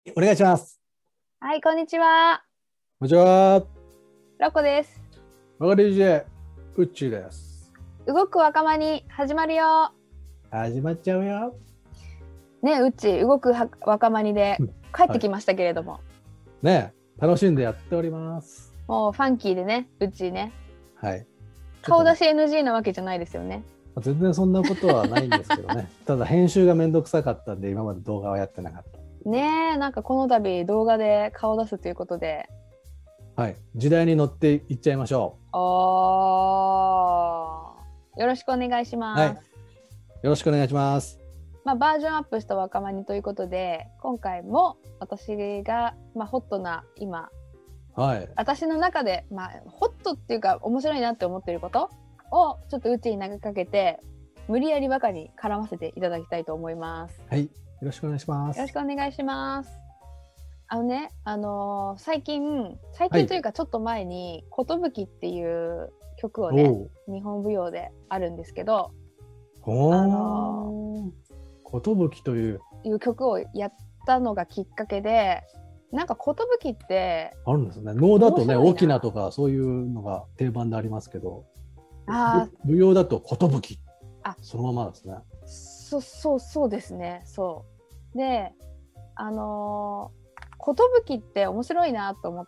お願いします。 はい、こんにちは。 こんにちは。 ロコです。 バカ DJ ウッチーです。 動く若者に始まるよ。 始まっちゃうよ。 ね、うち動く若者で帰ってはい、 きましたけれども、 ねえ、楽しんでやっております。 もうファンキーでね、うちね、 はい。ちょっとね、 顔出し NG なわけじゃないですよね。 全然そんなことはないんですけどね。ただ編集がめんどくさかったんで、今まで動画はやってなかっねえ、なんかこの度動画で顔出すということで、 た。はい。時代に乗っていっちゃいましょよろしくお願いしう。はい。 ます。 よろしくお願いします。 バージョンアップした若者ということで、今回も私が、ホットな今はい。 私の中で、ホットっていうか面白いなって思ってることをちょっとうちに投げかけて無理やりバカに絡ませていただきたいと思います。 はい。よろしくお願いしまよろしす。 くお願いします。最近はい。 というかちょっと前に「寿」っていう曲をね、 おう。 日本舞踊であるんですけど、 おー。寿という、 いう曲をやったのがきっかけで、なんか寿ってあるんですね。能だ面とね、 白いな。 翁とかそういうのが定番でありますけど、 あ舞踊だと寿、 あ、 そのままですね。 そうですね。そうで、寿って面白いなと思って、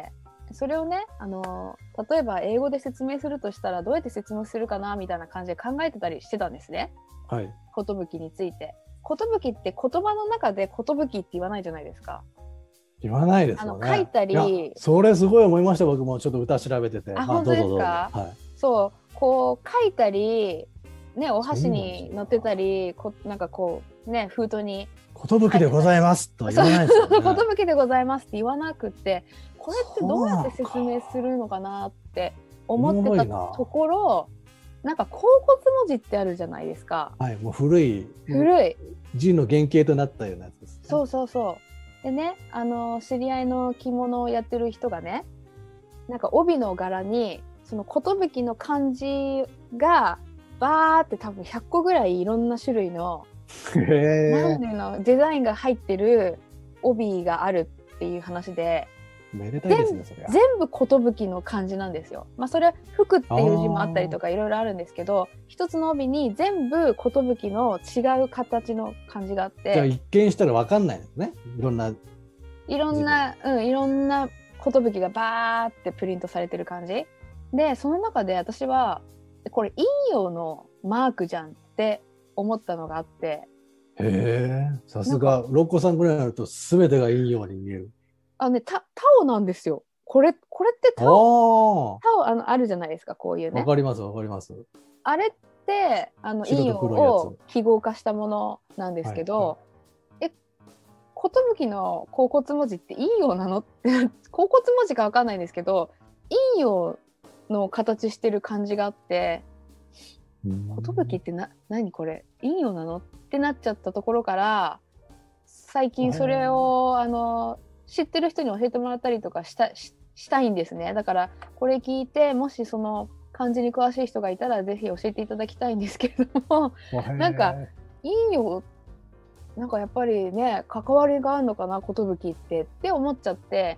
それをね、例えば英語で説明するとしたらどうやって説明するかなみたいな感じで考えてたりしてたんですね。 はい。 寿について。寿って言葉の中で寿って言わないじゃないですか。 言わないですよね。 書いたいや、 り、 それすごい思いました。僕もちょっと歌調べてて。まあ、 本当どうぞどうぞ。 ですか？ はい。 そう、こう書いたり、ね、おそう箸なんですよ。 に乗ってたり、なんかこうね、封筒に寿でございますとは言そう、 わないですよね。 寿でございますって言わなくって、これってどうそうなのやって説明すか。 るのかなってお思ってたもろいな。 ところ、なんか甲骨文字ってあるじゃないですか。 はい。もう古い、 古い。 字の原型となったようなやつですね。 そう。でね、知り合いの着物をやってる人がね、なんか帯の柄に、その寿の漢字が、バーって多分100個ぐらいいろんな種類のなんへえ。 でのデザインが入ってる帯があるっていう話で、 めでたいですね、そりゃ。 全部寿の漢字なんですよ。それは福っていう字もあったりとあかいろいろあるんですけど、一つの帯に全部寿の違う形の漢字があっあ。じゃあて、 一見したらわかんないですね。いろんな字で。 いろんな寿がバーってプリントされてる感じで、その中で私はこれ陰陽のマークじゃんって思ったのがあって、 へえ。さなんかすが、ロッコさんぐらいになると全てがいいように見える。 タオなんですよ。これってああ。 あるじゃないですか、こういうね。 わかります、わかります。 あれって陰陽白と黒いやつ。 を記号化したものなんですはいはい。 けど、え、寿の甲骨文字って陰陽なのって甲骨文字かわかんないんですけど、陰陽の形してる感じがあって、寿って何これ陰陽なのってなっちゃったところから、最近それを知ってる人に教えてもらったりとかしたいんですね。だからこれ聞いて、もしその漢字に詳しい人がいたらぜひ教えていただきたいんですけれども、 へなんかえ。 いいよ、なんかやっぱりね、関わりがあるのかな寿って思っちゃって、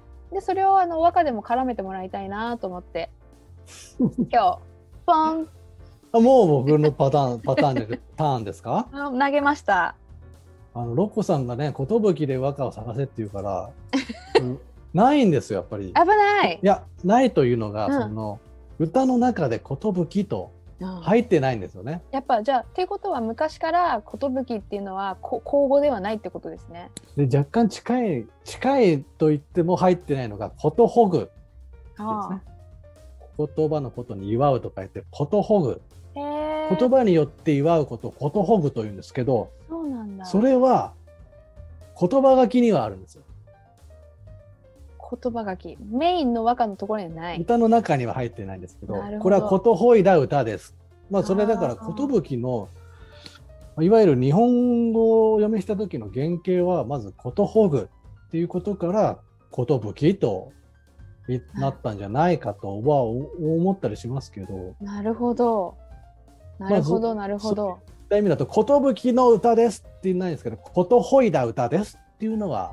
でそれを和歌でも絡めてもらいたいなと思って、今日ポンあ、もう僕のターンですか？ 投げました。 ロッコさんがね、寿で和歌を探せって言うから、ないんですよ、やっぱり。 危ない。 いや、ないというのが、 うん歌の中で寿と入ってないんですよね。 やっぱじゃあっていうことは、昔から寿っていうのは口語ではないってことですね。 で、若干近いと言っても入ってないのが、ことほぐですね。言葉のことに祝うと書いて、ことほぐ。 へえ。 言葉によって祝うことをことほぐというんですけど、 そうなんだ。 それは言葉書きにはあるんですよ。 言葉書き、メインの和歌のところにはない。 歌の中には入ってないんですけど、 なるほど。 これはことほいだ歌です。まあそれだから寿のいわゆる日本語を読みした時の原型はまずことほぐっていうことから寿となったんじゃないかとは思ったりしますけど。 なるほど。なるほど、なるほど。 そういった意味だと寿の歌ですって言わないんですけど、ことほいだ歌ですっていうのは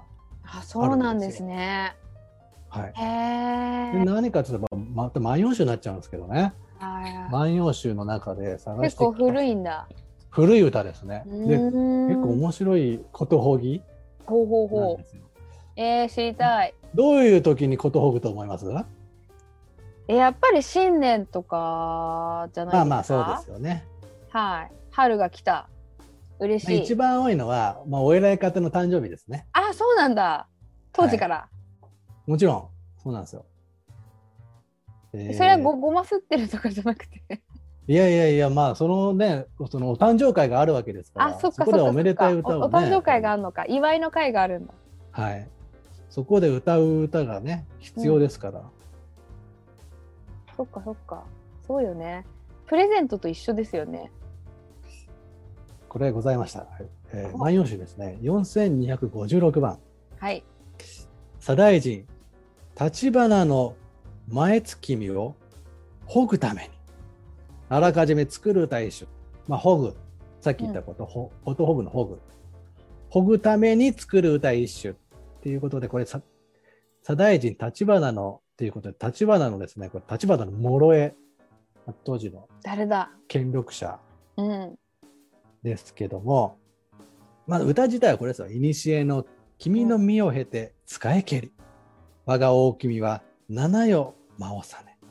あ、そうなんですね。 はい、 へでえ。 何かというと、また万葉集になっちゃうんですけどね、万葉集の中で探結構してきた古いんだ。 古い歌ですね。 うで、結構ーん。 面白いことほぎほうほうほなんですよ。 う。知りたい。 どういう時にことほぐと思います？ やっぱり新年とかじゃないですまあまあそうでか？ すよね。 はい。春が来た。嬉しい。 一番多いのは、お偉い方の誕生日ですね。 あ、そうなんだ。当はい。 時から。 もちろん、そうなんですよ。 それはごますってるとかじゃなくて。 いやいやいや、まあ、そのね、そのお誕生会があるわけですかあ、 ら、そそっかそっこではおめでたいかそっか。お歌をね、 誕生会があるのか。祝いの会があるんだ。 はい。そこで歌う歌がね、必要ですから。 そっかそっか。そうよね。プレゼントと一緒ですよね。 これございました。万葉集ですね。4256番。 はい。 左大臣、立花の前月見をほぐために、あらかじめ作る歌一首。ほぐ。さっき言ったこと、ことほぐのほぐ。ほぐために作る歌一首。っていうことで、これ、左大臣、立花の、っていうことで、立花のですね、これ、立花の諸江、当時の誰だ？ 権力者うん。 ですけども、まだ歌自体はこれですよ。いにしえの君の身を経て使えけり。我が大君は七よ間をさね。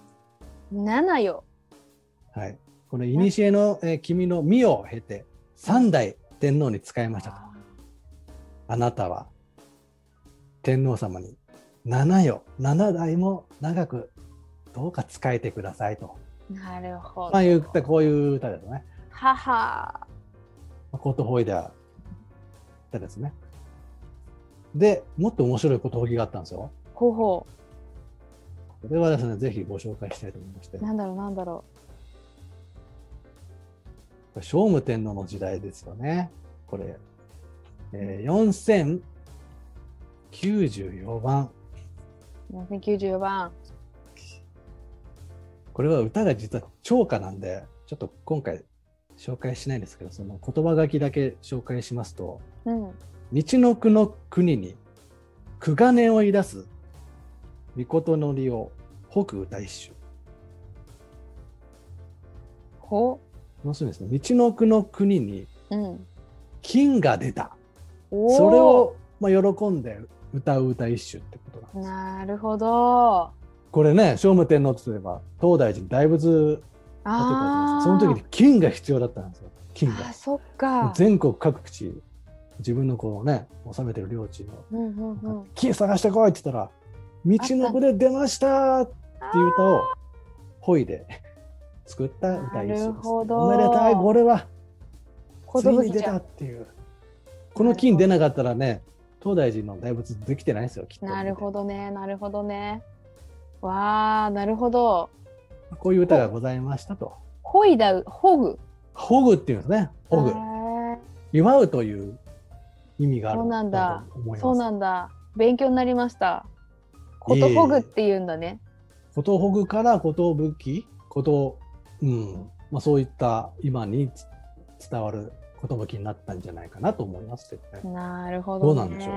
7よ。 はい。このいにしえの、君の身を経て三代天皇に仕えましたと。あなたは天皇様に7代も長くどうか仕えてくださいと。 なるほど。 こういう歌ですね。 はは。 ことほいでは歌ですね。で、もっと面白いことほぎがあったんですよ。 ほうほこれはですね、ぜひご紹介したいと思いまして。 なんだろうなんだろ聖武天皇の時代ですよね。これ、4094番。 う。4094番。 これは歌が実は長歌なんで、ちょっと今回紹介しないんですけど、その言葉書きだけ紹介しますと、 うん。 道の句の国に苦金をいだす命のりを北歌一首。 ほ要するにですね、道の句の国にう。うん。 金が出た。 おーそれを、喜んで歌う歌一首ってことなんです。 なるほど。 これね、聖武天皇といえば東大寺大仏建てたじゃないですか。その時に金が必要だったんですよ。金が。 そっか。 全国各地、自分のこうね、治めてる領地の、金探してこいって言ったら、道の子で出ましたっていう歌を、ほいで作った歌一首です。おめでたい、これは、ついに出たっていう。この金出なかったらね、東大寺の大仏できてないですよ、きっと。 なるほどね、なるほどね。わあ、なるほど。 こういう歌がございましたと。 ほいだ、ほぐ。 ほぐっていうんですね。ほぐ。祝うという意味がある。 そうなんだ。 と思います。 そうなんだ。勉強になりました。ことほぐって言うんだね。 ことほぐからことぶき、そういった今に伝わることぶきになったんじゃないかなと思いますけどね。 なるほどね。 どうなんでしょ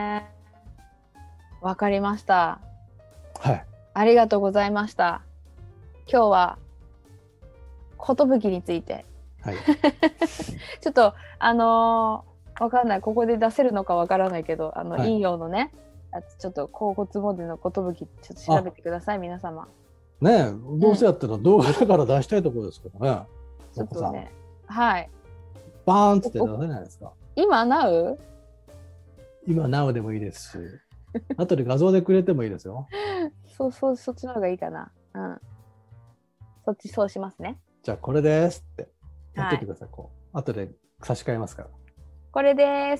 う。 わかりました。 はい。 ありがとうございました。今日はことぶきについて。 はい。 ちょっとわかんない。ここで出せるのかわからないけど、引用のね、ちょっと甲骨文字のことぶきちょっと調べてください、皆様。 ねえ、どうせやったら動画だから出したいところですけどね。 ちょっとね、はい。 バーンって出せないですか。 今なう？ 今なうでもいいですし、後で画像でくれてもいいですよ。 そっちの方がいいかな。うん。そうしますね。 じゃあこれですってやっててください。こう後で差し替えますから。 これです。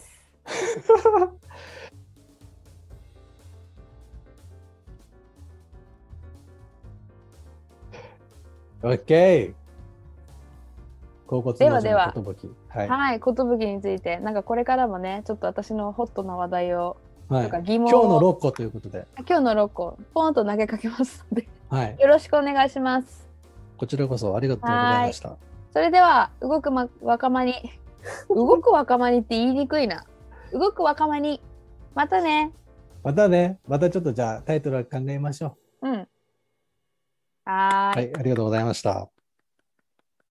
OK。甲骨文字のことぶき。 はい、ことぶきについて、なんかこれからもね、ちょっと私のホットな話題を、とか疑問を、 今日の6個ということで。 今日の6個、ポンと投げかけますので、 よろしくお願いします。 こちらこそありがとうございました。 それでは、動く若まに、動く若まにって言いにくいな。動く若まに、またね。 またね、またちょっとじゃあタイトルは考えましょうん。 う。はい、ありがとうございました。